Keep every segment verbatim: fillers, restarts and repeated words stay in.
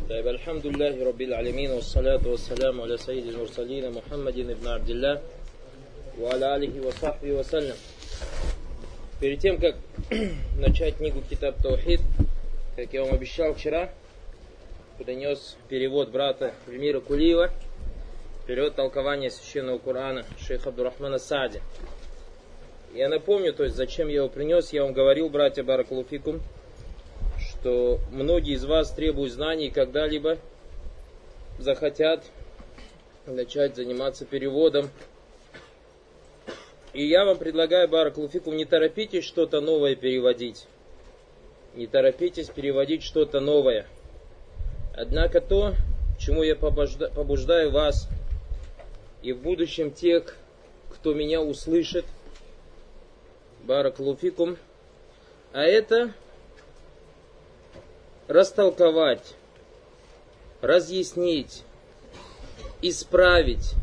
طيب الحمد لله رب العالمين والصلاة والسلام على سيد المرسلين محمد بن عبد الله وعلى آله وصحبه وسلم. Перед тем, как начать книгу Китаб Таухид, как я вам обещал вчера, принес перевод брата Эльмира Кулиева, перевод толкования священного Корана шейха Абдурахмана Саади. Я напомню, то есть зачем я его принес, я вам говорил, братья Баракаллаху фикум, что многие из вас требуют знаний и когда-либо захотят начать заниматься переводом. И я вам предлагаю, Баракаллаху фикум, не торопитесь что-то новое переводить. Не торопитесь переводить что-то новое. Однако то, чему я побуждаю вас и в будущем тех, кто меня услышит, Баракаллаху фикум, а это растолковать, разъяснить, исправить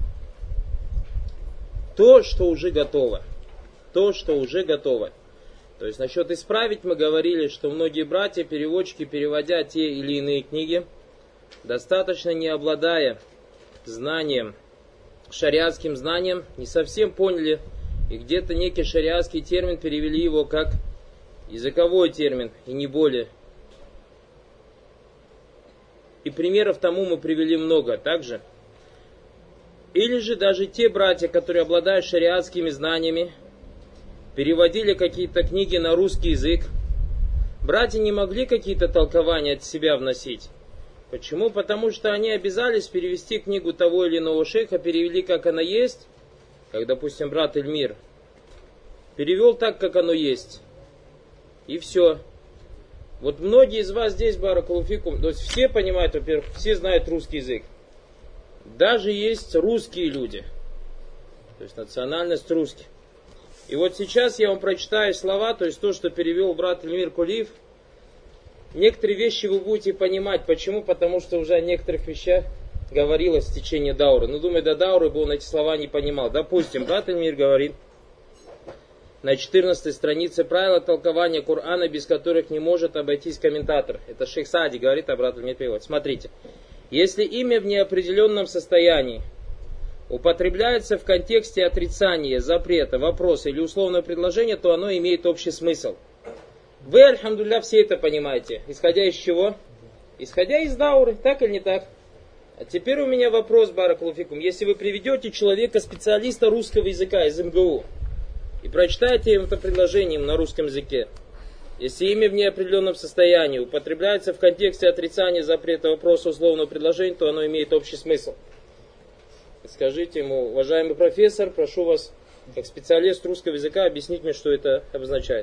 то, что уже готово. То, что уже готово. То есть насчет исправить мы говорили, что многие братья, переводчики, переводя те или иные книги, достаточно не обладая знанием, шариатским знанием, не совсем поняли, и где-то некий шариатский термин перевели его как языковой термин, и не более. И примеров тому мы привели много также. Или же даже те братья, которые обладают шариатскими знаниями, переводили какие-то книги на русский язык. Братья не могли какие-то толкования от себя вносить. Почему? Потому что они обязались перевести книгу того или иного шейха, перевели как она есть, как, допустим, брат Эльмир перевел так, как оно есть. И все. Вот многие из вас здесь, Баракаллаху фикум, то есть все понимают, во-первых, все знают русский язык. Даже есть русские люди. То есть национальность русских. И вот сейчас я вам прочитаю слова, то есть то, что перевел брат Эльмир Кулиев. Некоторые вещи вы будете понимать. Почему? Потому что уже о некоторых вещах говорилось в течение дауры. Ну, думаю, до дауры бы он эти слова не понимал. Допустим, брат Эльмир говорит на четырнадцатой странице правила толкования Корана, без которых не может обойтись комментатор. Это шейх Саади говорит, а брат Эльмир переводит. Смотрите. Если имя в неопределенном состоянии употребляется в контексте отрицания, запрета, вопроса или условного предложения, то оно имеет общий смысл. Вы, альхамдулилля, все это понимаете. Исходя из чего? Исходя из дауры, так или не так? А теперь у меня вопрос, Баракаллаху фикум. Если вы приведете человека, специалиста русского языка из эм гэ у, и прочитаете им это предложение на русском языке, если имя в неопределенном состоянии употребляется в контексте отрицания, запрета, вопроса, условного предложения, то оно имеет общий смысл. Скажите ему: уважаемый профессор, прошу вас, как специалист русского языка, объяснить мне, что это обозначает.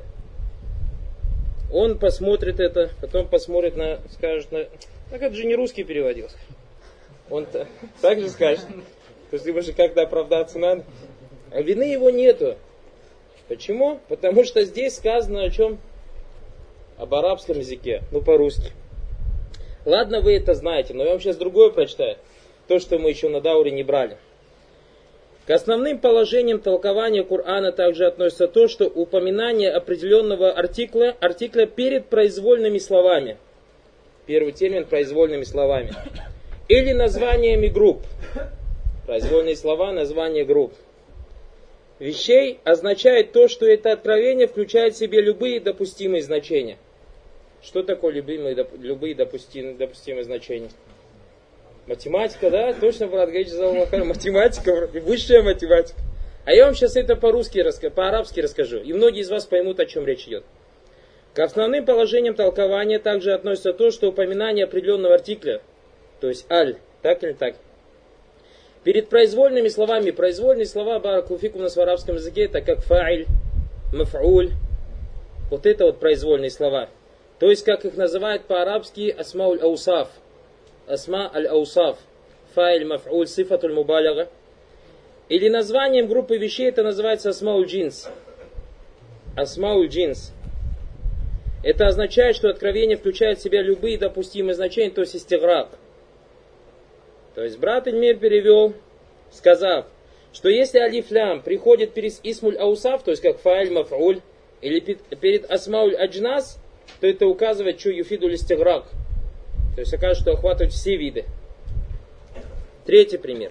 Он посмотрит это, потом посмотрит на, скажет, на, так это же не русский переводился. Он так же скажет. То есть, либо же как-то оправдаться надо. А вины его нету. Почему? Потому что здесь сказано о чем? Об арабском языке, ну по-русски. Ладно, вы это знаете, но я вам сейчас другое прочитаю. То, что мы еще на дауре не брали. К основным положениям толкования Корана также относится то, что упоминание определенного артикля, артикля перед произвольными словами. Первый термин — произвольными словами. Или названиями групп. Произвольные слова — название групп. Вещей означает то, что это откровение включает в себе любые допустимые значения. Что такое любые, любые допустимые, допустимые значения? Математика, да? Точно, брат, говорите, математика, высшая математика. А я вам сейчас это по-русски, по-арабски расскажу. И многие из вас поймут, о чем речь идет. К основным положениям толкования также относится то, что упоминание определенного артикля, то есть аль, так или так, перед произвольными словами, произвольные слова, Баракаллаху фикум, у нас в арабском языке, это как фа'иль, маф'уль, вот это вот произвольные слова. То есть, как их называют по-арабски, асмауль аусаф, асма аль-аусаф, фа'иль, маф'уль, сифатуль мубаляга. Или названием группы вещей это называется асмауль джинс. Асмауль джинс. Это означает, что откровение включает в себя любые допустимые значения, то есть истиграк. То есть брат Эльмир перевел, сказав, что если алиф-лям приходит перед исмуль аусаф, то есть как фа'иль, маф'уль, или перед асмауль аджнас, то это указывает, что юфидуль истиграк. То есть окажется, что охватывает все виды. Третий пример.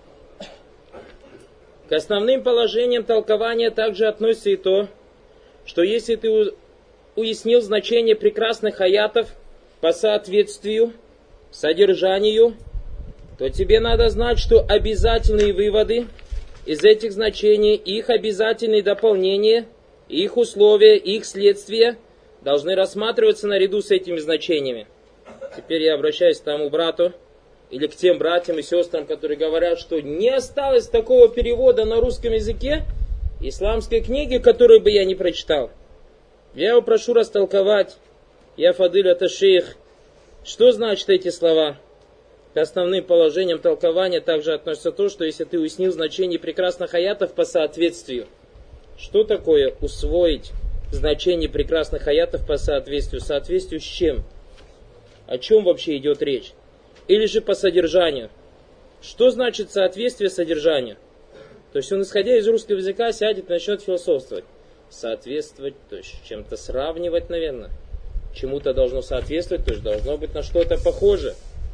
К основным положениям толкования также относится и то, что если ты уяснил значение прекрасных аятов по соответствию, содержанию, то тебе надо знать, что обязательные выводы из этих значений, их обязательные дополнения, их условия, их следствия должны рассматриваться наряду с этими значениями. Теперь я обращаюсь к тому брату, или к тем братьям и сестрам, которые говорят, что не осталось такого перевода на русском языке исламской книги, которую бы я не прочитал. Я его прошу растолковать. Я Фадыль, это шейх. Что значат эти слова? К основным положениям толкования также относится то, что если ты уяснил значение прекрасных аятов по соответствию. Что такое усвоить значение прекрасных аятов по соответствию? Соответствию с чем? О чем вообще идет речь? Или же по содержанию. Что значит соответствие содержанию? То есть он, исходя из русского языка, сядет и начнет философствовать. Соответствовать, то есть чем-то сравнивать, наверное. Чему-то должно соответствовать, то есть должно быть на что-то похоже.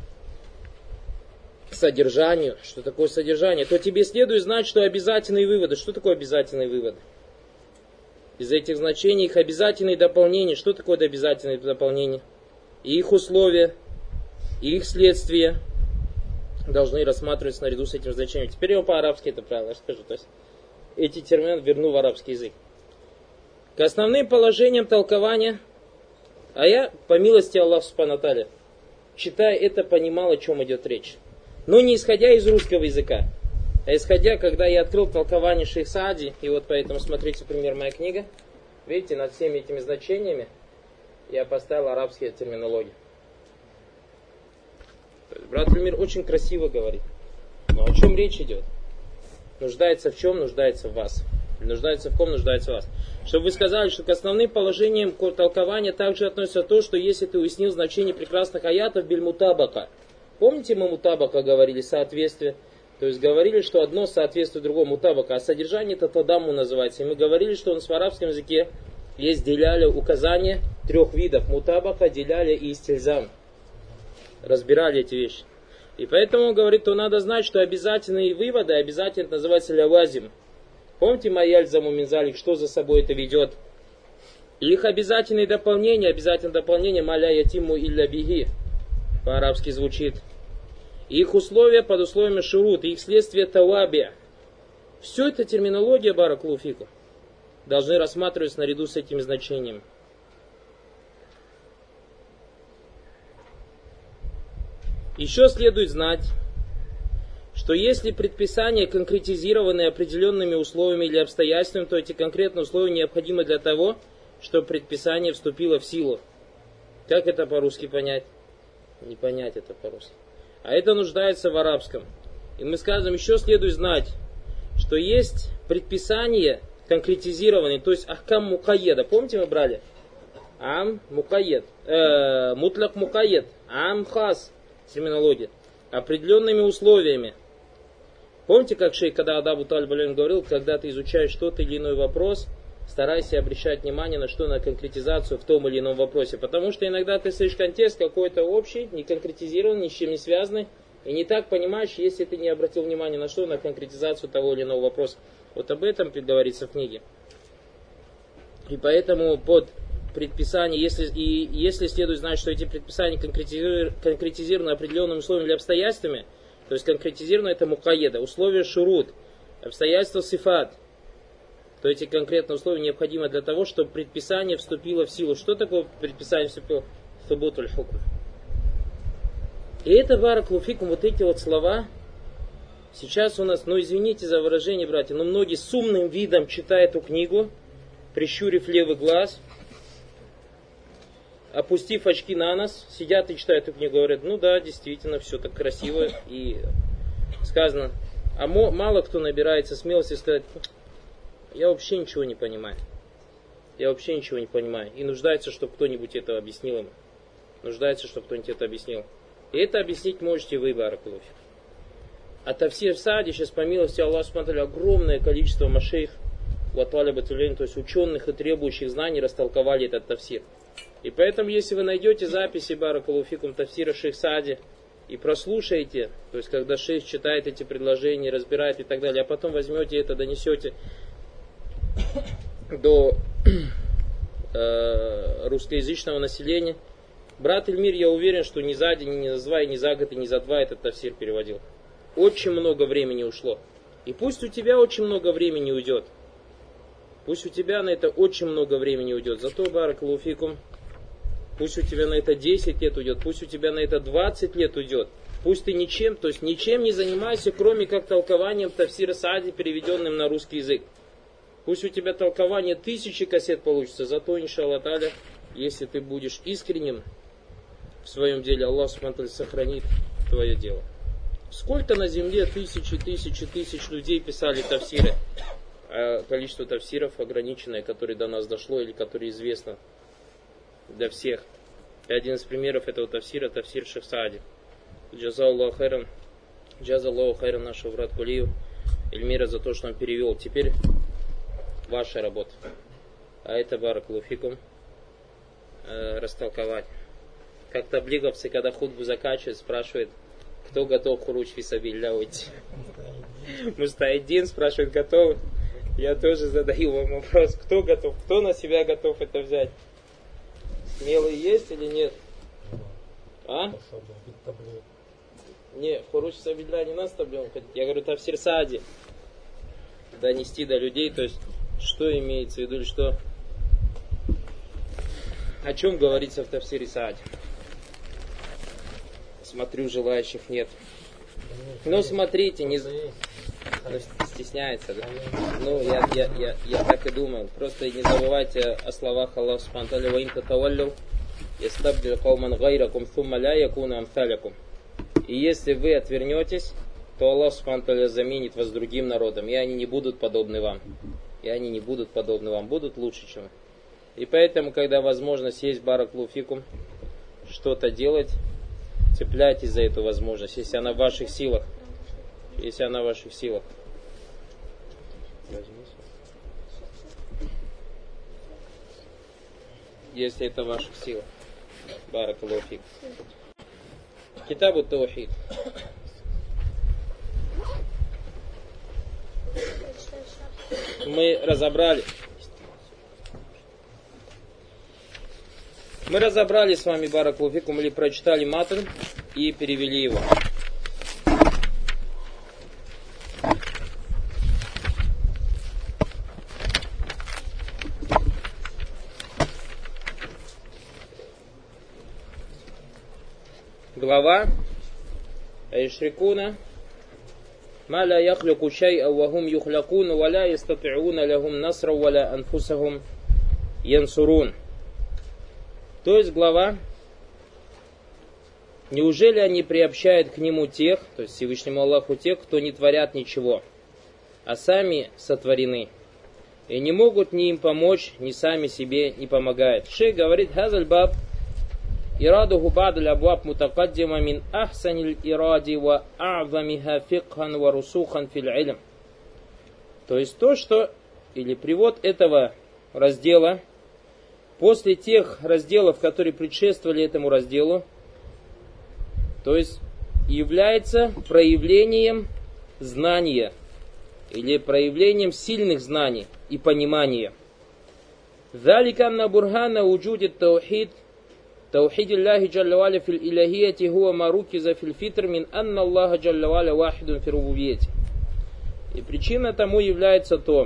Содержанию. Что такое содержание? То тебе следует знать, что обязательные выводы. Что такое обязательные выводы? Из этих значений их обязательные дополнения. Что такое обязательные дополнения? И их условия, и их следствия должны рассматриваться наряду с этим значением. Теперь я вам по-арабски это правило расскажу. То есть эти термины верну в арабский язык. К основным положениям толкования, а я, по милости Аллаха Субхану ва Тааля, читая это, понимал, о чем идет речь. Но не исходя из русского языка, а исходя, когда я открыл толкование Шейх Саади, и вот поэтому смотрите, пример, моя книга. Видите, над всеми этими значениями я поставил арабские терминологии. Брат Эльмир очень красиво говорит. Но о чем речь идет? Нуждается в чем? Нуждается в вас. Нуждается в ком? Нуждается в вас. Чтобы вы сказали, что к основным положениям толкования также относится то, что если ты уяснил значение прекрасных аятов биль-мутабака. Помните, мы мутабака говорили, соответствие? То есть говорили, что одно соответствует другому, мутабака, а содержание это тадамму называется. И мы говорили, что у нас в арабском языке есть деляля, указание трех видов. Мутабака, деляля и истильзам. Разбирали эти вещи. И поэтому он говорит, то надо знать, что обязательные выводы, обязательно это называется лявазим. Помните Майяльзаму Минзалик, что за собой это ведет? Их обязательные дополнения, обязательное дополнение маля ятиму илля биги. По-арабски звучит. Их условия под условиями шурут, их следствие таваби. Все это терминология баракаллаху фикум должны рассматриваться наряду с этими значениями. Еще следует знать, что если предписания конкретизированы определенными условиями или обстоятельствами, то эти конкретные условия необходимы для того, чтобы предписание вступило в силу. Как это по-русски понять? Не понять это по-русски. А это нуждается в арабском. И мы скажем, еще следует знать, что есть предписания конкретизированные, то есть ахкам мукайеда. Помните, мы брали? Ам мукайед. Э, мутляк мукайед. Ам хас. Терминология. Определенными условиями. Помните, как шейх, когда Адабу Таль-Балин говорил, когда ты изучаешь что-то или иной вопрос, старайся обращать внимание на что, на конкретизацию в том или ином вопросе. Потому что иногда ты слышишь контекст какой-то общий, не конкретизированный, ни с чем не связанный, и не так понимаешь, если ты не обратил внимание на что, на конкретизацию того или иного вопроса. Вот об этом говорится в книге. И поэтому под предписание, если, и если следует знать, что эти предписания конкретизированы, конкретизированы определенными условиями или обстоятельствами, то есть конкретизировано это мукаеда, условия шурут, обстоятельства сифат, то эти конкретные условия необходимы для того, чтобы предписание вступило в силу. Что такое предписание вступило? Субутуль хукм. И это баракаллаху фикум, вот эти вот слова, сейчас у нас, ну извините за выражение, братья, но многие с умным видом читают эту книгу, прищурив левый глаз, опустив очки на нос, сидят и читают эту книгу, говорят, ну да, действительно, все так красиво и сказано. А мало кто набирается смелости сказать, я вообще ничего не понимаю. Я вообще ничего не понимаю. И нуждается, чтобы кто-нибудь это объяснил ему. Нуждается, чтобы кто-нибудь это объяснил. И это объяснить можете вы, баракаллаху фикум. А тафсир Саади, сейчас по милости Аллаха субхану ва тааля, огромное количество машейх, то есть ученых и требующих знаний растолковали этот тафсир. И поэтому, если вы найдете записи баракаллаху фикум тафсира Шейх Саади и прослушаете, то есть когда шейх читает эти предложения, разбирает и так далее, а потом возьмете это, донесете до э, русскоязычного населения, брат Эльмир, я уверен, что ни за день, ни за два, и ни за год, и ни за два этот тафсир переводил. Очень много времени ушло. И пусть у тебя очень много времени уйдет. Пусть у тебя на это очень много времени уйдет. Зато, баракаллаху фикум, пусть у тебя на это десять лет уйдет, пусть у тебя на это двадцать лет уйдет. Пусть ты ничем, то есть ничем не занимайся, кроме как толкованием тафсира Саади, переведенным на русский язык. Пусть у тебя толкование тысячи кассет получится. Зато, иншаллах та'аля, если ты будешь искренним в своем деле, Аллах субхану ва тааля сохранит твое дело. Сколько на земле тысячи, тысячи, тысяч людей писали тафсиры, а количество тафсиров ограниченное, которое до нас дошло или которое известно для всех. И один из примеров этого тафсира, тафсир Шейх Саади. Джазаллаху хайран, джазаллаху хайран нашего брат Кулию Эльмира за то, что он перевел. Теперь ваша работа. А это баракаллаху фикум э, растолковать. Как таблиговцы, когда хутбу заканчивают, спрашивают, кто готов хуруч фисабилля уйти. Мустаиддин спрашивает, готов? Я тоже задаю вам вопрос, кто готов? Кто на себя готов это взять? Смелый есть или нет? А? Не, хуруч фисабилля не нас таблем ходить. Я говорю, тафсир Саади. Донести до людей, то есть, что имеется в виду, или что? О чем говорится в тафсире Саади? Смотрю, желающих нет. Ну, смотрите, не... Ну, стесняется, да? Ну, я, я, я, я так и думаю. Просто не забывайте о словах Аллаха субхану ва тааля: «Ва ин татаваллю ястабдил кауман гайракум сумма ля якуна амсалякум». И если вы отвернетесь, то Аллах субхану ва тааля заменит вас другим народом, и они не будут подобны вам. И они не будут подобны вам, будут лучше, чем вы. И поэтому, когда возможность есть, баракаллаху фикум, что-то делать, цепляйтесь за эту возможность, если она в ваших силах. Если она в ваших силах. Если это в ваших силах. Баракаллаху фикум. Китабу таухид. Мы разобрали. Мы разобрали с вами баракаллаху фикум, или прочитали матн и перевели его. Глава Айшрикуна ма ла яхлюку шай'а ва хум юхлякуна ва ла ястати'уна лахум насра ва ла анфусахум янсурун. То есть глава: неужели они приобщают к нему тех, то есть Всевышнему Аллаху, тех, кто не творят ничего, а сами сотворены, и не могут ни им помочь, ни сами себе не помогают. Шейх говорит: хазаль баб ирадуху ба'даль абваб мутакаддима мин ахсаниль иради ва а'замиха фикхан ва русухан фил илм. То есть то, что, или привод этого раздела после тех разделов, которые предшествовали этому разделу, то есть является проявлением знания или проявлением сильных знаний и понимания. Залика анна бурхана уджудит таухид таухид Аллахи джалля ва аля фил илахияти хуа ма рукиза фил фитр мин анна Аллаха джалля ва аля вахидун фи рубубияти. И причина тому является то,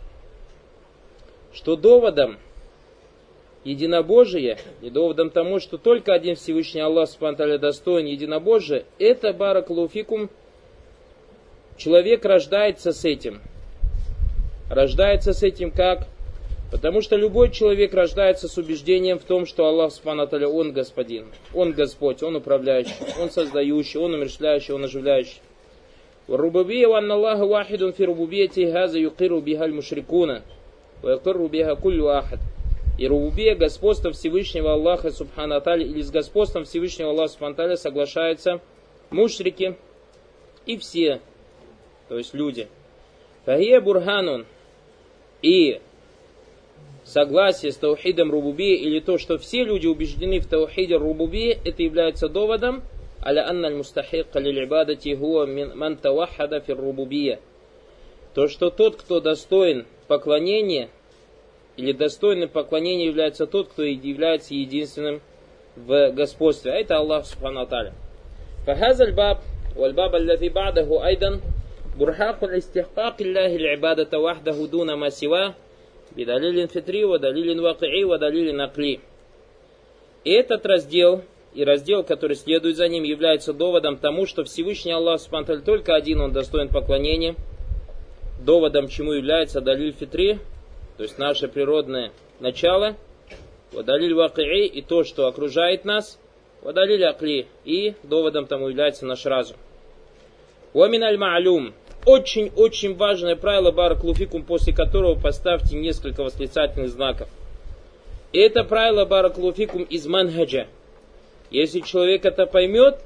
что доводом единобожия и доводом тому, что только один Всевышний Аллах субхану ва тааля достоин единобожия, это баракаллаху фикум, человек рождается с этим. Рождается с этим как? Потому что любой человек рождается с убеждением в том, что Аллах субхану ва тааля, Он Господин, Он Господь, Он управляющий, Он создающий, Он умерщвляющий, Он оживляющий. والربوبية وأن الله واحد في ربوبيته هذا يقر بها المشركون ويقر بها كل واحد. И рубубия, господство Всевышнего Аллаха субхану ва тааля, или с господством Всевышнего Аллаха субхану ва тааля соглашаются мушрики и все, то есть люди. Фахия бурханун. И согласие с таухидом рубубия, или то, что все люди убеждены в таухиде рубубия, это является доводом, аля анна аль-мустахикка лиль-ибадати хуа ман таваххада фир рубубия. То, что тот, кто достоин поклонения, или достойным поклонения является тот, кто является единственным в господстве. А это Аллах Субхану ва Тааля. Фахазаль баб, валь-баб аллази ба'даху айдан, бурхаку истихкак Аллахи аль-ибадата вахдаху дуна ма сива, бидалилин фитри, вадалилин вакии, вадалилин акли. И этот раздел, и раздел, который следует за ним, является доводом тому, что Всевышний Аллах Субхану ва Тааля только один, он достоин поклонения. Доводом чему является далиль фитри, то есть наше природное начало, вадалиль вакии, и то, что окружает нас, вадалиль акли, и доводом тому является наш разум. Уамин аль-ма'люм. Очень-очень важное правило, баракалуфикум, после которого поставьте несколько восклицательных знаков. И это правило, баракалуфикум, из манхаджа. Если человек это поймет,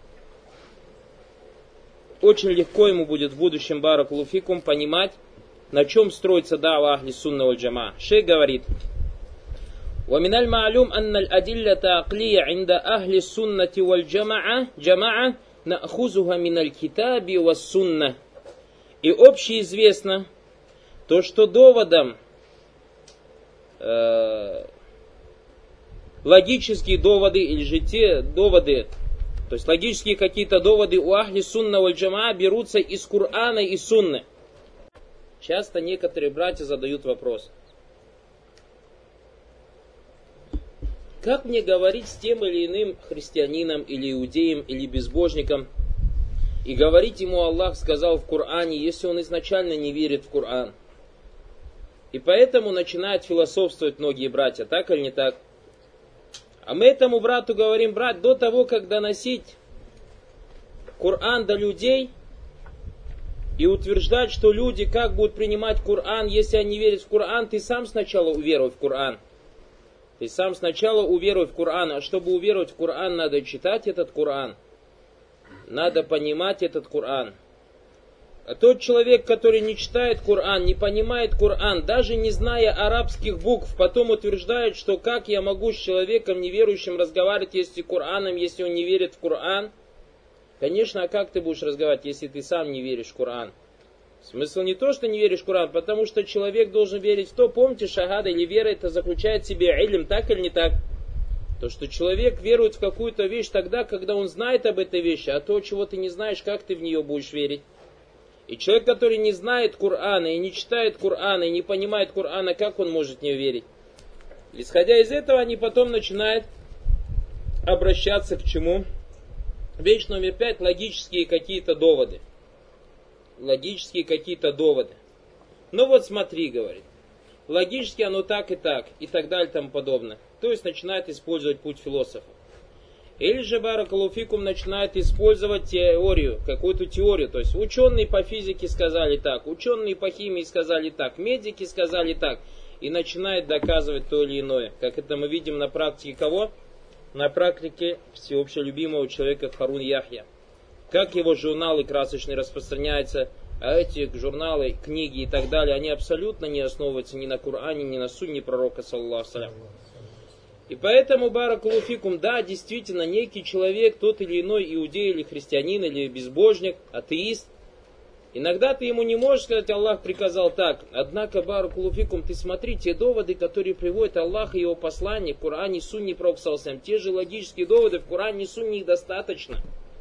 очень легко ему будет в будущем, баракалуфикум, понимать, на чем строится дава ахли сунна валь джама. Шейх говорит: ومن المعلوم أن الأدلة عقلية عند أهل السنة والجماعة جماعة نأخذها من الكتاب والسنة. И общеизвестно то, что доводом, э, логические доводы, или же те доводы, то есть логические какие-то доводы у ахли сунна валь джамаа берутся из Кур'ана и сунны. Часто некоторые братья задают вопрос: как мне говорить с тем или иным христианином, или иудеем, или безбожником, и говорить ему Аллах сказал в Коране, если он изначально не верит в Коран? И поэтому начинают философствовать многие братья, так или не так? А мы этому брату говорим: брат, до того, как доносить Коран до людей и утверждать, что люди как будут принимать Коран, если они верят в Коран, ты сам сначала уверуй в Коран. Ты сам сначала уверуй в Коран. А чтобы уверовать в Коран, надо читать этот Коран. Надо понимать этот Коран. А тот человек, который не читает Коран, не понимает Коран, даже не зная арабских букв, потом утверждает, что как я могу с человеком неверующим разговаривать, если Кораном, если он не верит в Коран? Конечно, а как ты будешь разговаривать, если ты сам не веришь в Коран? Смысл не то, что не веришь в Коран, потому что человек должен верить в то. Помните, шахада или вера, это заключает в себе илм, так или не так? То, что человек верует в какую-то вещь тогда, когда он знает об этой вещи, а то, чего ты не знаешь, как ты в нее будешь верить? И человек, который не знает Корана, и не читает Корана, и не понимает Корана, как он может в нее верить? Исходя из этого, они потом начинают обращаться к чему? Вещь номер пять, логические какие-то доводы. Логические какие-то доводы. Ну вот смотри, говорит. Логически оно так и так, и так далее, и тому подобное. То есть начинает использовать путь философа. Или же баракалуфикум начинает использовать теорию, какую-то теорию. То есть ученые по физике сказали так, ученые по химии сказали так, медики сказали так. И начинает доказывать то или иное. Как это мы видим на практике кого? На практике всеобщего любимого человека Харун Яхья. Как его журналы красочные распространяются, а эти журналы, книги и так далее, они абсолютно не основываются ни на Коране, ни на сунне пророка, саллаллаху салям. И поэтому, баракалуфикум, да, действительно, некий человек, тот или иной иудей, или христианин, или безбожник, атеист, иногда ты ему не можешь сказать: Аллах приказал так. Однако, баракалуфикум, ты смотри, те доводы, которые приводят Аллах и его посланник в Коране, сунне пророка, саллаллаху салям, те же логические доводы в Коране, сунне, их достаточно.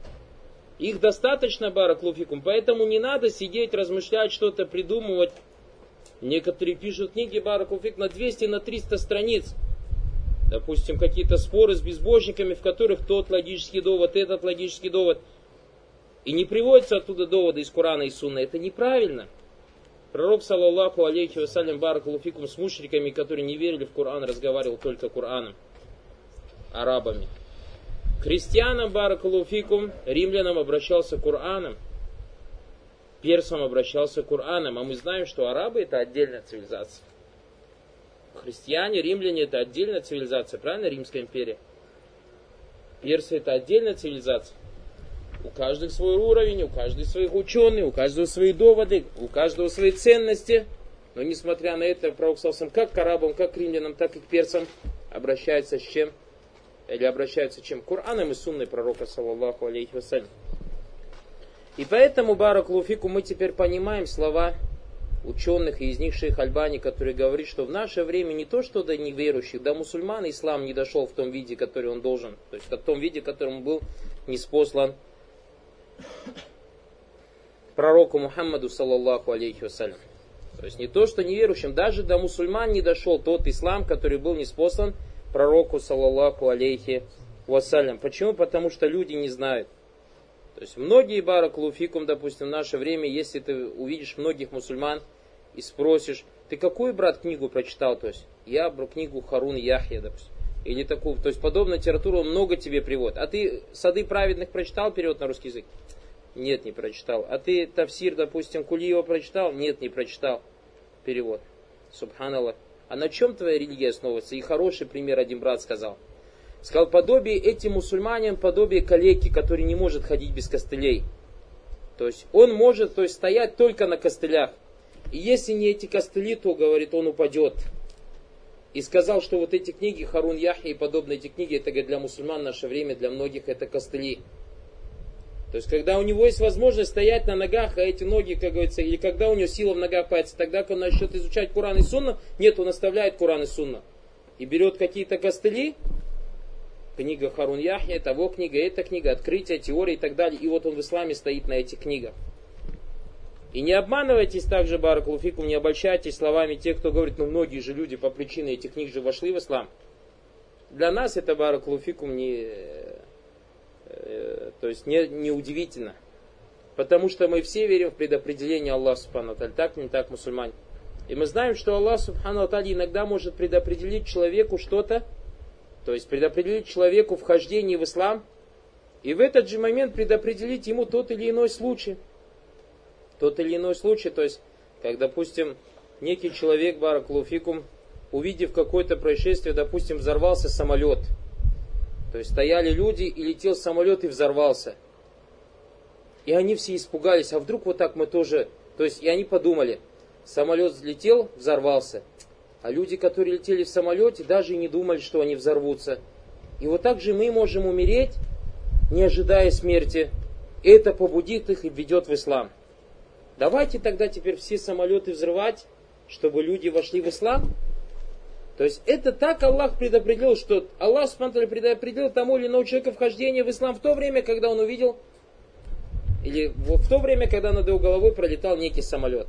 Их достаточно, баракалуфикум, поэтому не надо сидеть, размышлять, что-то придумывать. Некоторые пишут книги, баракалуфикум, на двести, на триста страниц. Допустим, какие-то споры с безбожниками, в которых тот логический довод, этот логический довод. И не приводятся оттуда доводы из Корана и Сунны. Это неправильно. Пророк, саллаллаху алейхи вассалям, баракалуфикум, с мушриками, которые не верили в Коран, разговаривал только Кораном, арабами. К христианам, баракалуфикум, римлянам обращался Кораном, персам обращался Кораном. А мы знаем, что арабы — это отдельная цивилизация. Христиане, римляне — это отдельная цивилизация, правильно? Римская империя. Персы — это отдельная цивилизация. У каждого свой уровень, у каждого своих ученых, у каждого свои доводы, у каждого свои ценности. Но несмотря на это, пророк саллаллаху как к арабам, как к римлянам, так и к персам обращается с чем? Или обращаются чем? Кораном и сунной пророка, саллаллаху алейхи вассалям. И поэтому, баракаллаху фикум, мы теперь понимаем слова ученых, и из них шейх Альбани, который говорит, что в наше время не то, что до неверующих, до мусульман ислам не дошел в том виде, который он должен, то есть в том виде, которым он был ниспослан пророку Мухаммаду, саллаллаху алейхи вассалям. То есть не то, что неверующим, даже до мусульман не дошел тот ислам, который был ниспослан пророку, саллаллаху алейхи вассалям. Почему? Потому что люди не знают. То есть многие, баракаллаху фикум, допустим, в наше время, если ты увидишь многих мусульман и спросишь, ты какую, брат, книгу прочитал? То есть я книгу Харун Яхья, допустим, или такую, то есть подобную литературу он много тебе приводит. А ты Сады праведных прочитал, перевод на русский язык? Нет, не прочитал. А ты Тафсир, допустим, Кулиева прочитал? Нет, не прочитал. Перевод. Субханаллах. А на чем твоя религия основывается? И хороший пример один брат сказал. Сказал, подобие этим мусульманам, подобие калеки, который не может ходить без костылей. То есть он может, то есть, стоять только на костылях. И если не эти костыли, то, говорит, он упадет. И сказал, что вот эти книги, Харун Яхья и подобные эти книги, это, говорит, для мусульман в наше время, для многих это костыли. То есть, когда у него есть возможность стоять на ногах, а эти ноги, как говорится, или когда у него сила в ногах появится, тогда, когда он начнет изучать Куран и Сунна, нет, он оставляет Куран и Сунна. И берет какие-то костыли, книга Харун Яхья, того книга, эта книга, открытие, теория и так далее. И вот он в исламе стоит на этих книгах. И не обманывайтесь также, баракаллаху фикум, не обольщайтесь словами тех, кто говорит, ну многие же люди по причине этих книг же вошли в ислам. Для нас это, баракаллаху фикум, не, э, то есть не, не удивительно. Потому что мы все верим в предопределение Аллаха субхану ва тааля, так не так мусульмане. И мы знаем, что Аллах субхану ва тааля иногда может предопределить человеку что-то, то есть предопределить человеку вхождение в ислам, и в этот же момент предопределить ему тот или иной случай. Тот или иной случай, то есть, как, допустим, некий человек, баракаллаху фикум, увидев какое-то происшествие, допустим, взорвался самолет. То есть стояли люди, и летел самолет, и взорвался. И они все испугались, а вдруг вот так мы тоже... То есть, и они подумали, самолет взлетел, взорвался. А люди, которые летели в самолете, даже и не думали, что они взорвутся. И вот так же мы можем умереть, не ожидая смерти. И это побудит их и введет в ислам. Давайте тогда теперь все самолеты взрывать, чтобы люди вошли в ислам. То есть это так Аллах предопределил, что Аллах субхану предопределил тому или иному человеку вхождение в ислам в то время, когда он увидел, или в то время, когда над его головой пролетал некий самолет.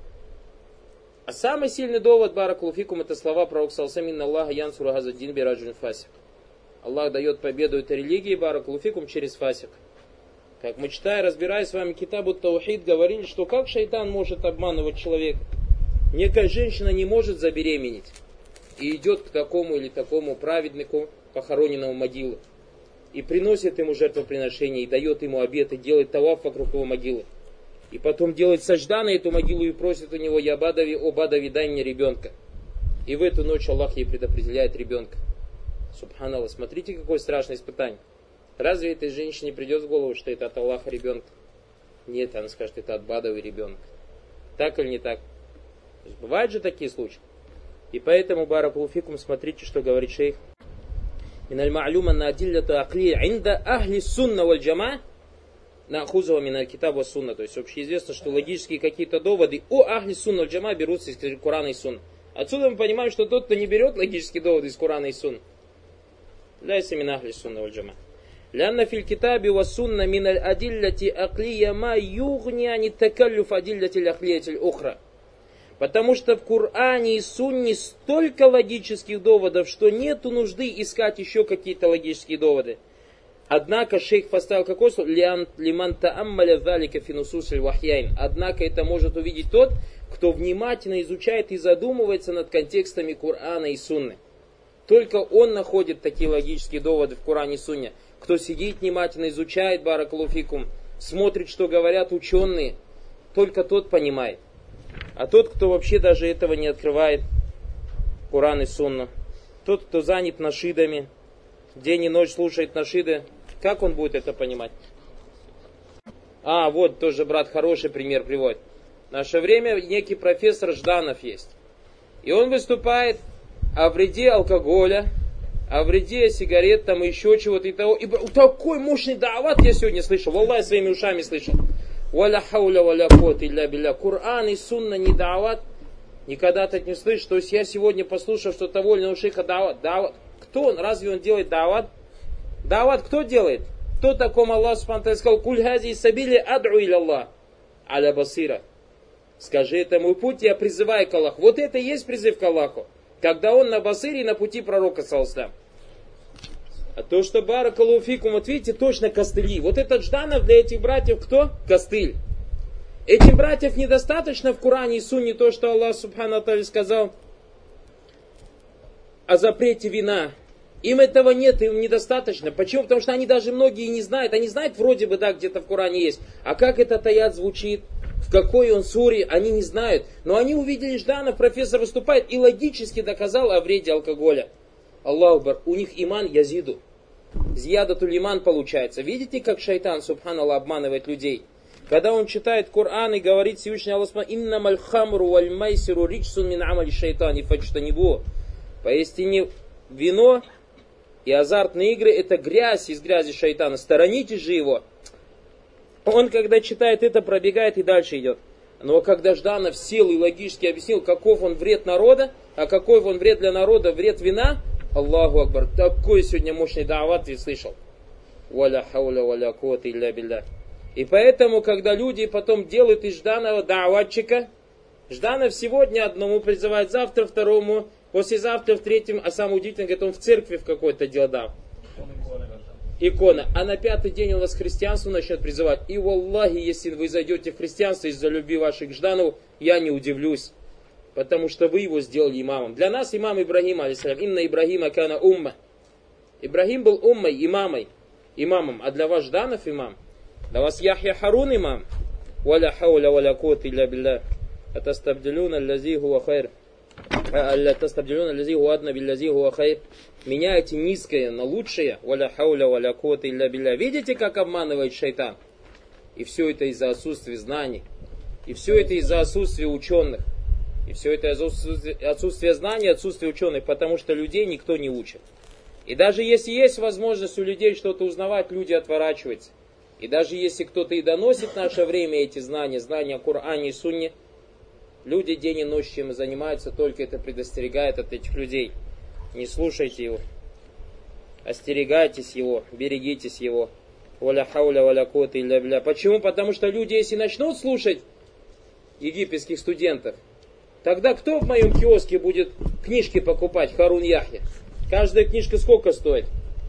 А самый сильный довод, баракаллаху фикум, это слова пророка саллаллаху алейхи ва саллям, Аллаха янсуру газаддин бираджун фасик. Аллах дает победу этой религии, баракаллаху фикум, через фасик. Как мы читая, разбирая с вами китабу Таухид, говорили, что как шайтан может обманывать человека. Некая женщина не может забеременеть. И идет к такому или такому праведнику, похороненному могилы. И приносит ему жертвоприношение, и дает ему обет, и делает таваф вокруг его могилы. И потом делает сажда на эту могилу и просит у него, я бадави, о бадави, дай мне ребенка. И в эту ночь Аллах ей предопределяет ребенка. Субханаллах, смотрите, какое страшное испытание. Разве этой женщине придет в голову, что это от Аллаха ребенок? Нет, она скажет, это от бадовый ребенок. Так или не так? То есть, бывают же такие случаи. И поэтому, баракаллаху фикум, смотрите, что говорит шейх. Миналь ма'люма на адилляту акли инда ахли сунна валь джама на хузава миналь китабу сунна. То есть общеизвестно, что логические какие-то доводы о ахли сунна валь джама берутся из Корана и Сунны. Отсюда мы понимаем, что тот, кто не берет логические доводы из Корана и Сунны, ляйся мин ахли сунна валь джама. Лянна филь китаби ва сунна миналь адиллати аклия ма югни ани такаллюф адиллати аклияти ухра. Потому что в Коране и Сунне столько логических доводов, что нету нужды искать еще какие-то логические доводы. Однако шейх поставил какой слово? Лиман тааммаля залика финусусль вахьяин. Однако это может увидеть тот, кто внимательно изучает и задумывается над контекстами Корана и Сунны. Только он находит такие логические доводы в Коране и Сунне. Кто сидит внимательно, изучает, баракаллаху фикум, смотрит, что говорят ученые, только тот понимает. А тот, кто вообще даже этого не открывает, Коран и Сунну, тот, кто занят нашидами, день и ночь слушает нашиды, как он будет это понимать? А, вот тоже брат хороший пример приводит. В наше время некий профессор Жданов есть. И он выступает о вреде алкоголя, о вреде сигарет, там и еще чего-то и того. И такой мощный даават я сегодня слышал. Аллах, своими ушами слышал. Валя хауля валя кот илля билля. Кур'ан и сунна не даават. Никогда так не слышишь. То есть я сегодня послушал, что того или иного шейха даават. даават. Кто он? Разве он делает даават? Даават кто делает? Кто такому Аллах субхану ва тааля сказал: «Куль хази сабили адру иля Аллах аля басира». Скажи, это мой путь, я призываю к Аллаху. Вот это и есть призыв к Аллаху. Когда он на басире, на пути пророка саллаллаху. А то, что баракаллаху фикум, вот видите, точно костыли. Вот этот Жданов для этих братьев кто? Костыль. Этим братьев недостаточно в Коране и Сунне то, что Аллах субхану ва тааля сказал о запрете вина. Им этого нет, им недостаточно. Почему? Потому что они даже многие не знают. Они знают вроде бы, да, где-то в Коране есть. А как этот аят звучит? В какой он суре, они не знают. Но они увидели Жданов, профессор выступает и логически доказал о вреде алкоголя. Аллаху акбар, у них иман язиду. Зиядатуль иман получается. Видите, как шайтан, субханаллах, обманывает людей? Когда он читает Коран и говорит Всевышний Аллах: «Иннамаль хамру валь майсиру ричсун мин амали шайтани фаджтанибу». Поистине вино и азартные игры — это грязь из грязи шайтана. Сторонитесь же его. Он, когда читает это, пробегает и дальше идет. Но когда Жданов сел и логически объяснил, каков он вред народа, а какой он вред для народа, вред вина, Аллаху акбар, такой сегодня мощный даават ты слышал. Валя хауля валя куата илля билля. И поэтому, когда люди потом делают из Жданова дааватчика, Жданов сегодня одному призывает, завтра второму, послезавтра в третьем, а самое удивительное, говорит, он в церкви в какой-то дел дал. Икона. А на пятый день он вас к христианству начнет призывать. И валлахи, если вы зайдете в христианство из-за любви ваших к Жданову, я не удивлюсь. Потому что вы его сделали имамом. Для нас имам Ибрагим, алейхиссалям, инна Ибрагима кана умма. Ибрагим был уммой, имамой, имамом. А для вас Жданов имам. Для вас Яхья Харун имам. Валя хауля валя куата илля билля. Атастабдилюна аллази хуа хайр. Атастабдилюна аллази хуа адна биллязи хуа хайр. Меняете низкое на лучшее. Валя хауля валя куата илля билля. Видите, как обманывает шайтан? И все это из-за отсутствия знаний. И все это из-за отсутствия ученых. И все это из-за отсутствия знаний, отсутствия ученых. Потому что людей никто не учит. И даже если есть возможность у людей что-то узнавать, люди отворачиваются. И даже если кто-то и доносит в наше время эти знания, знания о Коране и Сунне, люди день и ночь чем занимаются, только это предостерегает от этих людей. Не слушайте его. Остерегайтесь его, берегитесь его. Валя хауля валя куата илля билля. Почему? Потому что люди, если начнут слушать египетских студентов, тогда кто в моем киоске будет книжки покупать? Харун Яхья. Каждая книжка сколько стоит?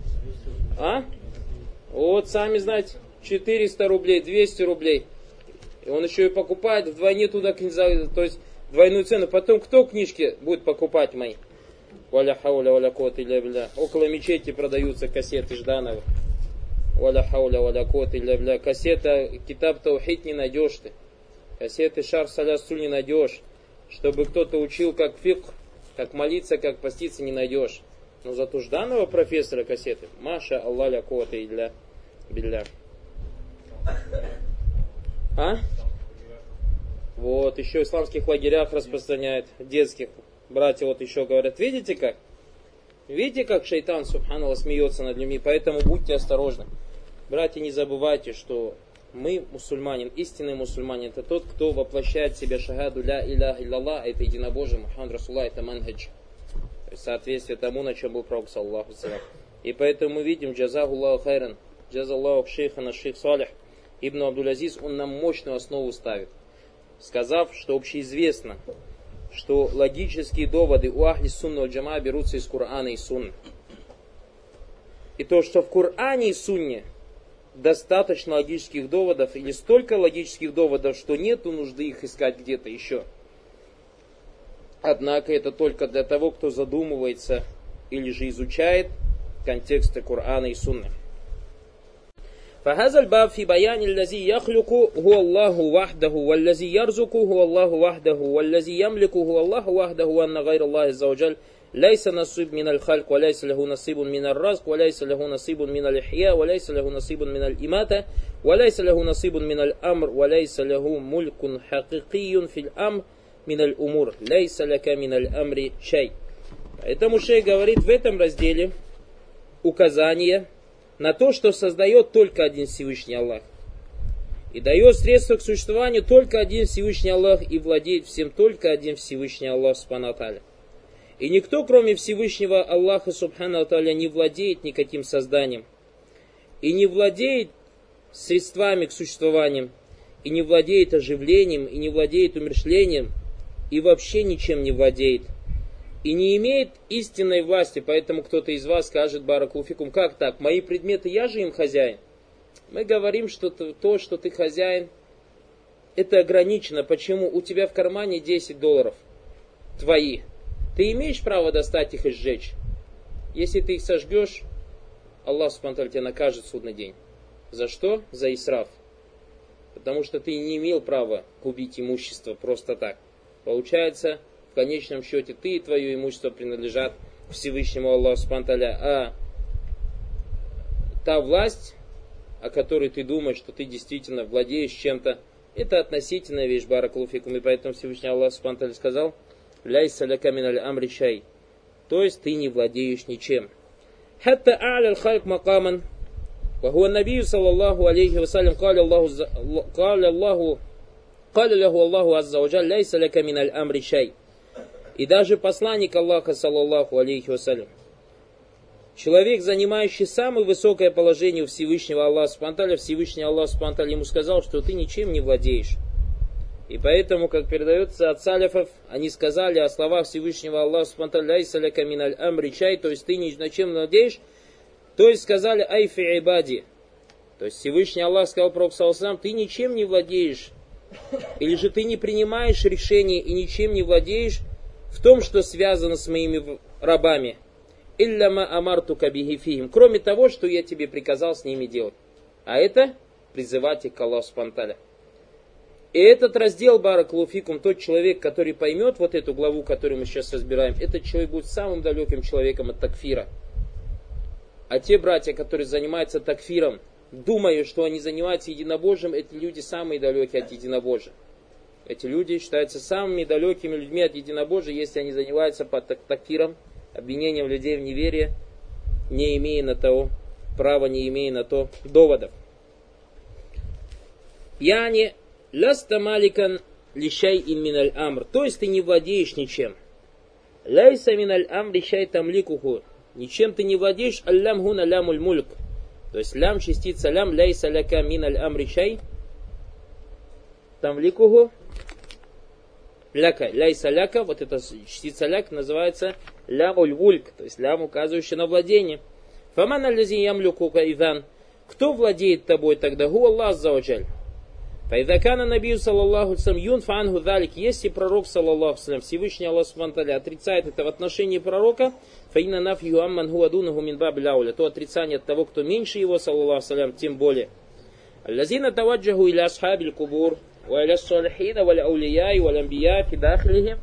А? Вот, сами знаете, четыреста рублей, двести рублей. И он еще и покупает вдвойне туда, то есть двойную цену. Потом кто книжки будет покупать мои? Валя хауля валя куата илля билля. Около мечети продаются кассеты Жданова. Валя хауля валя куата илля билля. Кассета Китаб Таухид не найдешь ты. Кассеты Шарх Саля Суль не найдешь. Чтобы кто-то учил как фикх, как молиться, как поститься, не найдешь. Но зато Жданова профессора кассеты. Маша Аллах ля куата илля билля. А? Вот, еще в исламских лагерях распространяют, детских. Братья вот еще говорят, видите как? Видите, как шайтан, субханаллах, смеется над людьми? Поэтому будьте осторожны. Братья, не забывайте, что мы, мусульманин, истинный мусульманин, это тот, кто воплощает в себя шагаду ля иляха илляллах, это единобожие, Мухаммад Расуллах, это манхадж. В соответствии тому, на чем был пророк, саллаху алейхи. И поэтому мы видим, джазахуллаху хайран, джазаллаху шейхана шейх Салих, Ибн Абдул-Азиз, он нам мощную основу ставит, сказав, что общеизвестно, что логические доводы у ахли сунна валь-джамаа берутся из Корана и Сунны. И то, что в Коране и Сунне достаточно логических доводов, или столько логических доводов, что нету нужды их искать где-то еще. Однако это только для того, кто задумывается или же изучает контексты Корана и Сунны. فهذا الباب في بيان الذي يخلق هو الله وحده والذي يرزق هو الله وحده والذي يملك هو الله وحده وأن غير الله عز وجل Ляйса насиб миналь хальк, ва ляйса лягу насибун миналь разк, ва ляйса лягу насибун миналь ихья, ва ляйса лягу насибун миналь имата, ва ляйса лягу насибун миналь амр, ва ляйса лягу мулькун хакикийюн филь амр миналь умур, ляйса ляка миналь амри чай. Поэтому шейх говорит в этом разделе указание на то, что создает только один Всевышний Аллах. И дает средства к существованию только один Всевышний Аллах, и владеет всем только один Всевышний Аллах Субхану ва Тааля. И никто, кроме Всевышнего Аллаха Субхану ва Тааля, не владеет никаким созданием. И не владеет средствами к существованию, и не владеет оживлением, и не владеет умерщвлением, и вообще ничем не владеет. И не имеет истинной власти, поэтому кто-то из вас скажет, баракулфикум, как так? Мои предметы, я же им хозяин. Мы говорим, что то, что ты хозяин, это ограничено. Почему? У тебя в кармане десять долларов твои. Ты имеешь право достать их и сжечь. Если ты их сожгешь, Аллах Субхану ва Тааля тебя накажет в судный день. За что? За исраф. Потому что ты не имел права губить имущество просто так. Получается, в конечном счете ты и твое имущество принадлежат Всевышнему Аллаху Субхану ва Тааля, а та власть, о которой ты думаешь, что ты действительно владеешь чем-то, это относительная вещь, баракулуфикум, и поэтому Всевышний Аллах Субхану ва Тааля сказал, ляйса ляка миналь амри шай, то есть ты не владеешь ничем. Хатта а'ля аль-хальк макаман, ва хуа набию саллаллаху алейхи ва саллям, каля Аллаху, каля Аллаху, каля лаху Аллаху азза ва джаль, ляйса ляка миналь амри шай. И даже посланник Аллаха, саллаллаху алейхи ва саллям, человек, занимающий самое высокое положение у Всевышнего Аллаха Субхану ва Тааля, Всевышний Аллах Субхану ва Тааля ему сказал, что ты ничем не владеешь. И поэтому, как передается от саляфов, они сказали о словах Всевышнего Аллаха Субхану ва Тааля, ляйса ляка миналь амри чай, то есть ты ни на чем не владеешь, то есть сказали айфи ибади. То есть Всевышний Аллах сказал пророку саллаллаху алейхи ва саллям, ты ничем не владеешь, или же ты не принимаешь решения и ничем не владеешь в том, что связано с моими рабами. Илляма амартука бихи фихим, кроме того, что я тебе приказал с ними делать. А это призывать их к Аллаху Субхану ва Тааля. И этот раздел, баракулуфикум, тот человек, который поймет вот эту главу, которую мы сейчас разбираем, этот человек будет самым далеким человеком от такфира. А те братья, которые занимаются такфиром, думая, что они занимаются единобожием, эти люди самые далекие от единобожия. Эти люди считаются самыми далекими людьми от единобожия, если они занимаются под такфиром, обвинением людей в неверии, не имея на то права, не имея на то доводов. Яни ласта маликан лишай ин миналь амр, то есть ты не владеешь ничем. Ляйса миналь амр лишай тамликуху, ничем ты не владеешь, аллям хуна лямуль мульк, то есть лям частица лям, ляйса ляка миналь амр лишай тамликуху, ляка, ляйса ляка, вот эта частица ляк называется лямуль мульк, то есть лям, указывающий на владение. Фаман аллази ямлюкука идан, кто владеет тобой тогда? Гу Аллах азза ва джаль. Файдакана набию саллаллаху алейхи юнфа анху далик, если пророк саллаллаху алейхи Всевышний Аллах Субхану ва Тааля отрицает это в отношении пророка, фаинна нафью амман хуа дунаху мин бабиль ауля, то отрицание от того, кто меньше его, саллаллаху алейхи, тем более. Аллазина таваджаху иля асхабиль кубур, ва иля салихина, ва иля аулияй, ва иля амбия, фи дахлихим,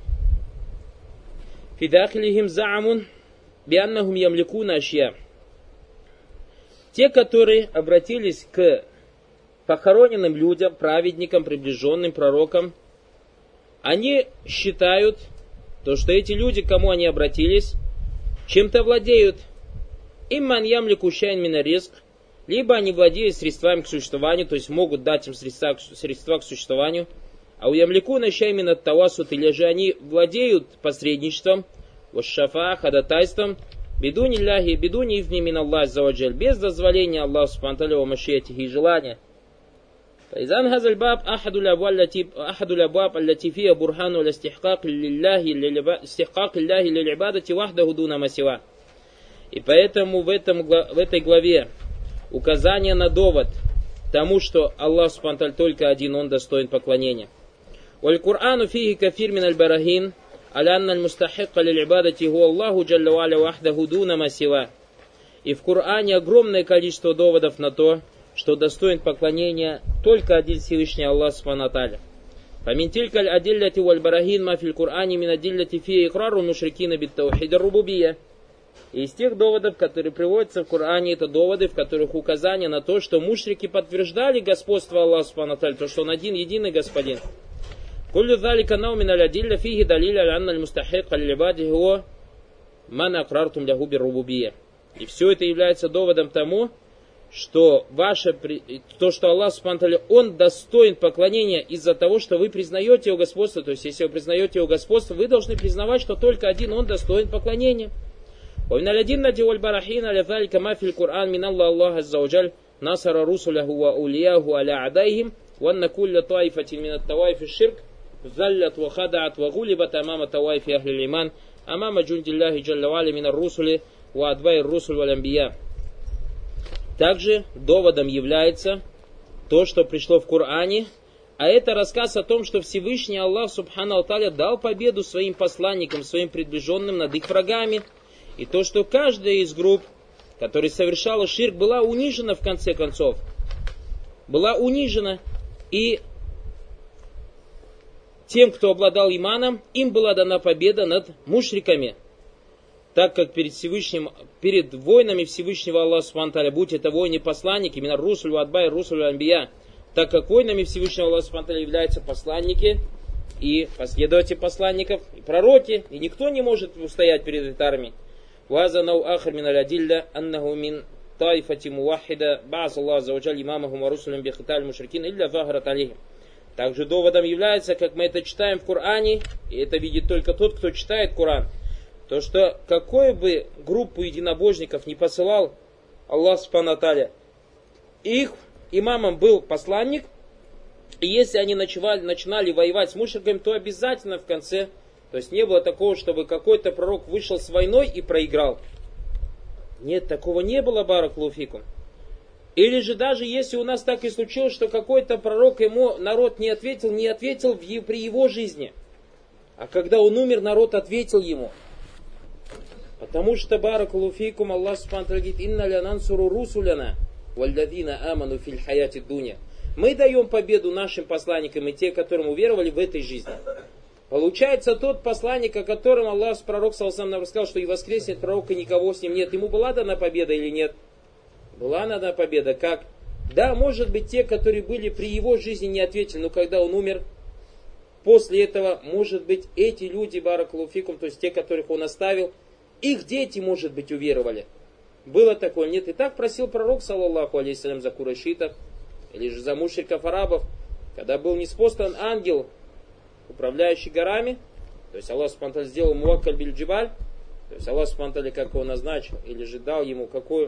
фи дахлихим заамун, бианнахум ямликуна ашья. Те, которые обратились к похороненным людям, праведникам, приближенным пророкам, они считают, то, что эти люди, к кому они обратились, чем-то владеют. Имман ямлику шайн мина ризк, либо они владеют средствами к существованию, то есть могут дать им средства, средства к существованию, а у ямлику на шайн мина тавасут, или же они владеют посредничеством, вашшафа, ходатайством, бедуни ляхи, бедуни ивни мин Аллах заваджаль, без дозволения Аллаха Субхану ва Тааля ва машиятихи и желания. فإذا هذا الباب أحد الأبواب التي أحد الأبواب التي فيها برهان الاستحقاق لله استحقاق الله للعبادة وحده دون ما سواه. И поэтому в, этом, в этой главе указание на довод тому, что Аллах Субхану ва Тааля только один, Он достоин поклонения. والقرآن فيه كثير من البراهين على أن المستحق للعبادة هو الله جل وعلا وحده دون ما سواه. И в Коране огромное количество доводов на то, что достоин поклонения только один Всевышний Аллах Субхану ва Тааля. فمن تلك الأدلة والبراهين ما في القرآن من أدلة فيه إقرار المشركين بالتوحيد الربوبية. Из тех доводов, которые приводятся в Коране, это доводы, в которых указание на то, что мушрики подтверждали господство Аллаха субхану ва тааля, то, что Он один, единый Господин. كل ذلك نوع من الأدلة فيه دليل على أن المستحق للعباد هو من أقررتم له بالربوبية. И все это является доводом тому, что ваше, то, что Аллах субхану ва тааля, Он достоин поклонения из-за того, что вы признаете Его господство. То есть, если вы признаете Его господство, вы должны признавать, что только один Он достоин поклонения. ومن الأدلة والبراهين على ذلك ما في القرآن من الله الله عز وجل نصر رسله وأولياءه على أعدائهم وأن كل طائفة من الطوائف الشرك ذلت وخدعت وغلبت أمام طوائف أهل الإيمان أمام جند الله جل وعلا من الرسل وأتباع الرسل والأنبياء. Также доводом является то, что пришло в Коране, а это рассказ о том, что Всевышний Аллах субхану ва тааля дал победу своим посланникам, своим приближенным над их врагами. И то, что каждая из групп, которая совершала ширк, была унижена в конце концов. Была унижена. И тем, кто обладал иманом, им была дана победа над мушриками. Так как перед Всевышним, перед воинами Всевышнего Аллаха субхану ва тааля, будь это воины-посланники, минар русуль ва адбай русуль ва анбия, так как воинами Всевышнего Аллаха субхану ва тааля являются посланники и последователи посланников, и пророки, и никто не может устоять перед этой армией. وهذا نوع آخر من الأدلة أنه من طائفة موحدة بعث الله عز وجل إمامهم ورسلهم بقتال المشركين إلا ظهرت عليهم. Также доводом является, как мы это читаем в Коране, и это видит только тот, кто читает Коран, то что какой бы группу единобожников не посылал Аллах субхану ва тааля, их имамом был посланник, и если они начинали, начинали воевать с мушриками, то обязательно в конце. То есть не было такого, чтобы какой-то пророк вышел с войной и проиграл. Нет, такого не было, баракаллаху фикум. Или же даже если у нас так и случилось, что какой-то пророк ему народ не ответил, не ответил в, при его жизни. А когда он умер, народ ответил ему. Потому что, баракаллаху фикум, Аллах субхану ва тааля говорит: «Инна ля нансуру русуляна валладина аману фил хаяти дуня». Мы даем победу нашим посланникам и те, которым уверовали в этой жизни. Получается, тот посланник, о котором Аллах, пророк саллаллаху алейхи ва саллям, рассказал, что и воскреснет пророк, и никого с ним нет, ему была дана победа или нет? Была дана победа. Как? Да, может быть, те, которые были при его жизни, не ответили, но когда он умер, после этого, может быть, эти люди, баракаллаху фикум, то есть те, которых он оставил, их дети, может быть, уверовали. Было такое? Нет. И так просил пророк, саллаллаху алейхи ва саллям, за курайшитов, или же за мушриков арабов, когда был ниспослан ангел, управляющий горами, то есть Аллах субхану ва тааля сделал муаккаль биль джибаль, то есть Аллах субхану ва тааля как его назначил, или же дал ему какую,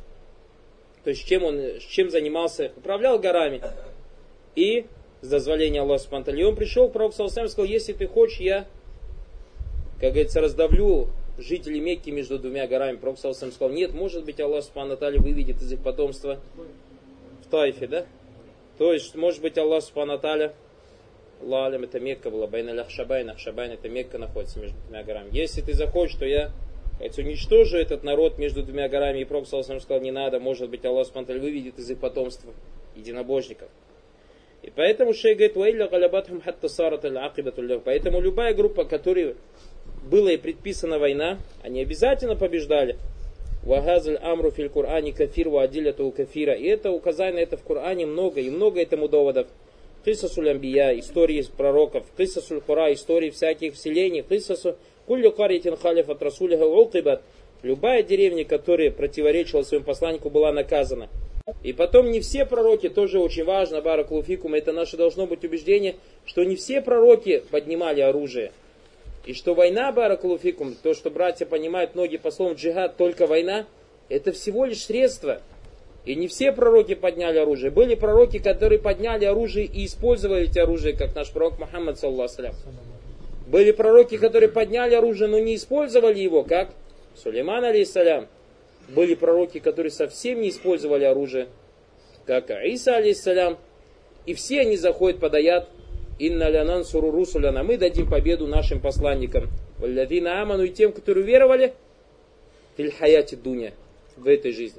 то есть чем он, чем занимался, управлял горами. И с дозволения Аллаха субхану ва тааля, и он пришел к пророку саллаллаху алейхи ва саллям и сказал: если ты хочешь, я, как говорится, раздавлю жителей Мекки между двумя горами. Пророк саллаллаху алейхи ва саллям сказал: нет, может быть, Аллах субхану ва тааля выведет из их потомства в Таифе, да? То есть, может быть, Аллах субхану ва тааля, Аллах алям, это Мекка была, байна ляхшабайн, ахшабайн, это Мекка находится между двумя горами. Если ты захочешь, то я, говорится, уничтожу этот народ между двумя горами. И пророк саллаллаху алейхи ва саллям сказал: не надо, может быть, Аллах субхану ва тааля выведет из их потомства единобожников. И поэтому шейх говорит: ваилля галябатхум хатта сарат аль акибату лях. Поэтому любая группа, которой была и предписана война, они обязательно побеждали. Вагазаль амру филь Кур'ани кафир ва адилляту кафира. И это указание, это в Коране много, и много этому доводов. Кисасуль амбия, истории пророков, кисасуль хура, истории всяких вселений, кисасу куллю каритин халиф от расулиха улкибат. Любая деревня, которая противоречила своему посланнику, была наказана. И потом не все пророки, тоже очень важно, баракаллаху фикум, это наше должно быть убеждение, что не все пророки поднимали оружие. И что война, баракаллаху фикум, то, что братья понимают, многие по словам джихад, только война, это всего лишь средство. И не все пророки подняли оружие. Были пророки, которые подняли оружие и использовали эти оружия, как наш пророк Мухаммад, саллаллаху алейхи ва саллям. Были пророки, которые подняли оружие, но не использовали его, как Сулейман, алейхиссалям. Были пророки, которые совсем не использовали оружие, как Иса, алейхиссалям. И все они заходят под аят: «Инна ля нансуру русуляна». Мы дадим победу нашим посланникам. «Валладина аману», и тем, которые веровали, филь хаяти дуня, в этой жизни.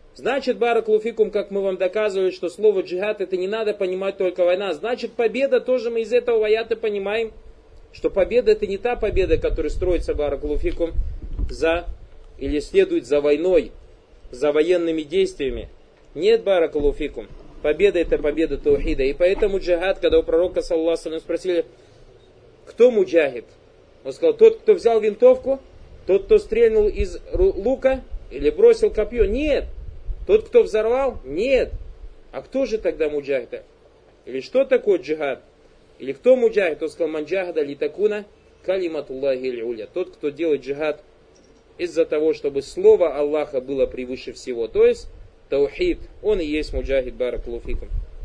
Значит, баракалуфикум, как мы вам доказывали, что слово джихад это не надо понимать только война. Значит, победа тоже мы из этого аята понимаем, что победа это не та победа, которая строится баракалуфикум за или следует за войной, за военными действиями. Нет, баракалуфикум. Победа это победа таухида. И поэтому джихад, когда у пророка саллаллаху алейхи ва саллям спросили, кто муджахид? Он сказал, тот, кто взял винтовку, тот, кто стрельнул из лука или бросил копье. Нет. Тот, кто взорвал? Нет. А кто же тогда муджахид? Или что такое джихад? Или кто муджахид? Он сказал, манджахада литакуна калиматуллахи аль-уля. Тот, кто делает джихад из-за того, чтобы слово Аллаха было превыше всего. То есть, таухид. Он и есть муджахид, баракалуфикум.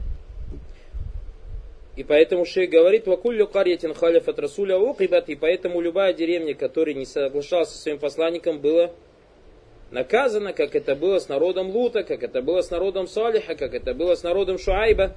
И поэтому шейх говорит, вакуллю карьятин халяфат расуля укибат. И поэтому любая деревня, которая не соглашалась со своим посланником, была наказано, как это было с народом Лута, как это было с народом Салиха, как это было с народом Шуайба,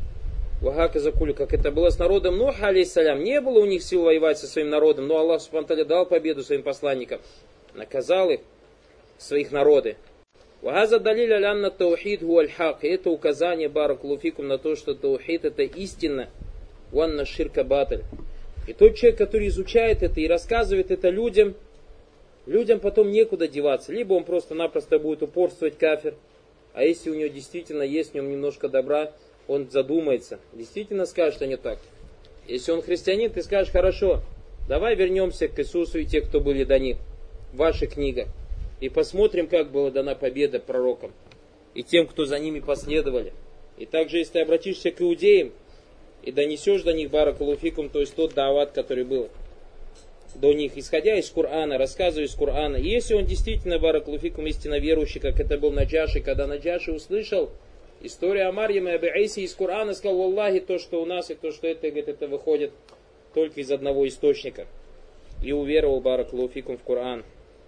как это было с народом Нуха, алейхиссалям. Не было у них сил воевать со своим народом, но Аллах субхану ва тааля дал победу своим посланникам, наказал их, своих народы. Вахаза далиль алянна таухид гуаль-хак. Это указание, баракалуфикум, на то, что таухид это истина, ванна ширка баталь. И тот человек, который изучает это и рассказывает это людям, людям потом некуда деваться. Либо он просто-напросто будет упорствовать кафир, а если у него действительно есть в нем немножко добра, он задумается, действительно скажет, что не так. Если он христианин, ты скажешь, хорошо, давай вернемся к Иисусу и те, кто были до них, в ваших книгах, и посмотрим, как была дана победа пророкам и тем, кто за ними последовали. И также, если ты обратишься к иудеям и донесешь до них баракалуфикум, то есть тот дават, который был до них, исходя из Корана, рассказывая из Корана. И если он действительно, баракалуфикум, истинно верующий, как это был Наджаши, когда Наджаши услышал историю о Марьяме и Аби Исе из Корана, сказал, Аллахи, то, что у нас, и то, что это, говорит, это выходит только из одного источника. И уверовал, баракалуфикум, в Коран.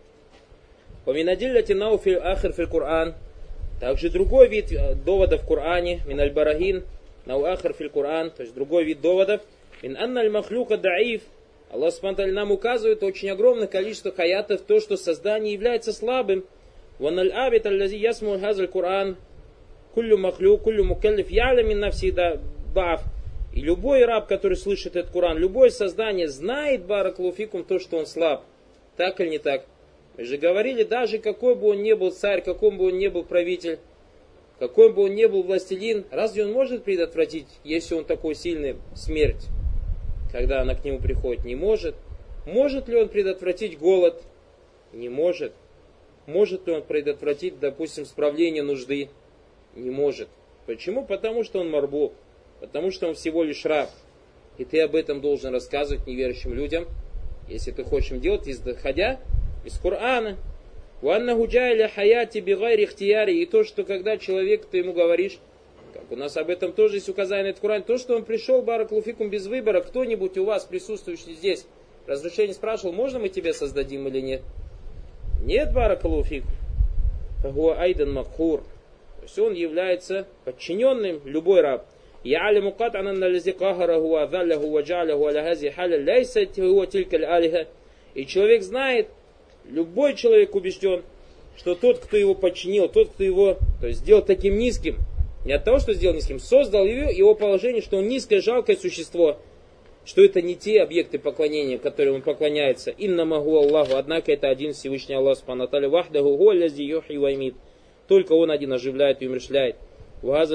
Поминадилляти науфиль ахир фил Коран. Также другой вид доводов в Коране, миналь барагин, нау ахир фил Коран, то есть другой вид доводов, мин анна аль махлюка даиф. Аллах субхану ва тааля нам указывает очень огромное количество хаятов, то, что создание является слабым. Ваналь абит аллази ясму хазаль Коран, куллю махлюк, куллю мукаллиф, ялямин навсида баф. И любой раб, который слышит этот Коран, любое создание знает, баракалуфикум, то, что он слаб. Так или не так? Мы же говорили, даже какой бы он ни был царь, какой бы он ни был правитель, какой бы он ни был властелин, разве он может предотвратить, если он такой сильный, смерть, когда она к нему приходит? Не может. Может ли он предотвратить голод? Не может. Может ли он предотвратить, допустим, справление нужды? Не может. Почему? Потому что он марбу, потому что он всего лишь раб. И ты об этом должен рассказывать неверующим людям, если ты хочешь им делать, исходя из Корана. «Ваннаху джа'аля хаяти бигайри ихтияри». И то, что когда человек, ты ему говоришь, как у нас об этом тоже есть указание в Коране, то, что он пришел, баракалуфикум, без выбора, кто-нибудь у вас, присутствующий здесь, разрешение спрашивал, можно мы тебя создадим или нет? Нет, баракалуфикум. Фахуа айдан макхур. То есть он является подчиненным, любой раб. يعلم قطعا أن الذي قهره وذله وجعله على هذه الحالة ليست هو تلك الآلهة. И человек знает, любой человек убежден, что тот, кто его подчинил, тот, кто его, то есть, сделал таким низким, не от того, что сделал низким, создал его, его положение, что он низкое, жалкое существо, что это не те объекты поклонения, которым он поклоняется. Инна магу Аллаху, однако это один Всевышний Аллах субхану ва тааля, вахдаху гуа лази юхи ва юмит. Только он один оживляет и умерщвляет. И с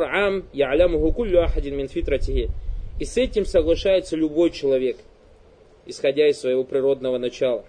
этим соглашается любой человек, исходя из своего природного начала.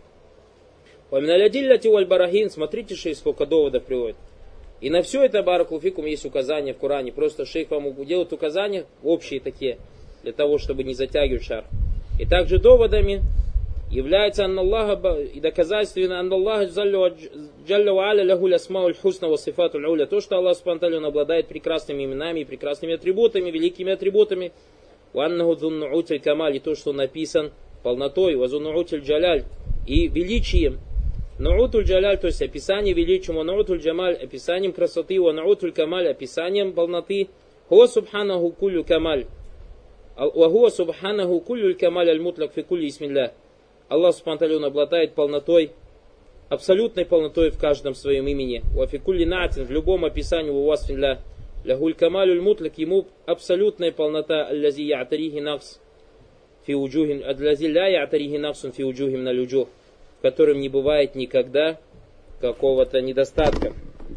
Смотрите, шейх сколько доводов приводит. И на все это, баракалуфикум, есть указания в Коране. Просто шейх вам делает указания общие такие, для того, чтобы не затягивать шар. И также доводами является Аллаха и доказательственно Аллаха джалля ва аля лаху асмауль хусна ва сифатуль уля. То, что Аллах субхану ва тааля обладает прекрасными именами и прекрасными атрибутами, великими атрибутами. Ва аннаху дзуннуутиль камаль, и то, что написан полнотой, ва зуннуутиль джаляль, и величием. Нуутуль джаляль, то есть описание величием, ва нуутуль джамаль, описанием красоты, ва нуутуль камаль, описанием полноты. Хуа субханаху куллю камаль. Ва хуа субханаху куллю камаль аль-мутлак фи кулли исмиллах. Аллах субхану ва тааля обладает полнотой абсолютной полнотой в каждом своем имени. Уафикулли натин, в любом описании у вас для лягуль камалюль мутлик, ему абсолютная полнота, аллази я'тарихи накс фи уджухим, аллази ля я'тарихи наксун фи уджухим на люджух, в котором не бывает никогда какого-то недостатка.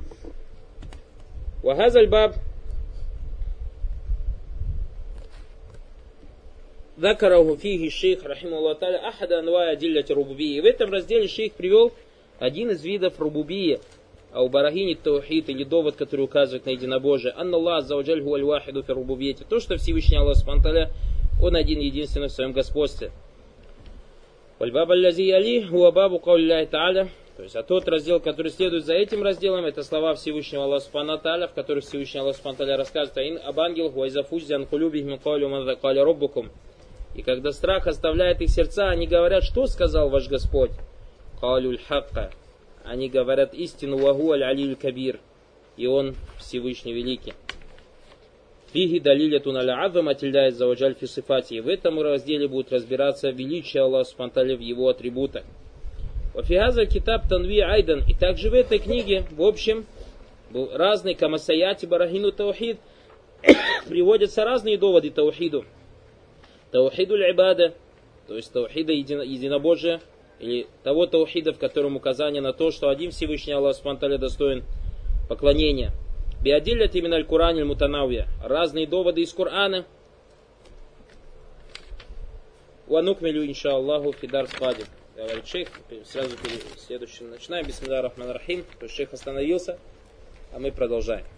Вахазаль баб ذكره فيه الشيخ رحمه الله تعالى أحد أنواع أدلة الربوبية. В этом разделе шейх привел один из видов рубубии, ау барахини таухид, или довод, который указывает на единобожие. Анна Аллах аззаваджаль хуаль вахиду фи рубубиете. То, что Всевышний Аллах субхану ва тааля, он один единственный в своем господстве. Валь баб аллази яли хуа бабу каули та'аля. То есть, а тот раздел, который следует за этим разделом, это слова Всевышнего Аллаха субхану ва тааля, в которых Всевышний Аллах субхану ва тааля рассказывает: «Ин об ангелах ва изафуззян кулюбихим каулю маза каля роббукум». И когда страх оставляет их сердца, они говорят: что сказал ваш Господь? Калюль хакка. Они говорят истину, вагу аль алиль кабир. И он Всевышний Великий. Фиги далилятун аля азам атилляет заваджаль фи сифати. И в этом разделе будет разбираться величие Аллаха субхану ва тааля в его атрибутах. Вафигаза китаб танви айдан. И также в этой книге, в общем, был разный камасаяти барахину таухид. Приводятся разные доводы таухиду. Таухидуль ибада, то есть таухида единобожия, или того таухида, в котором указание на то, что один Всевышний Аллах субхану ва тааля достоин поклонения. Биадилля тиминаль Кураниль мутанавия. Разные доводы из Корана. Ванукмилю иншааллаху фидар спади. Говорит шейх, сразу следующий начинаем. Бисмилля рахман рахим. То есть шейх остановился, а мы продолжаем.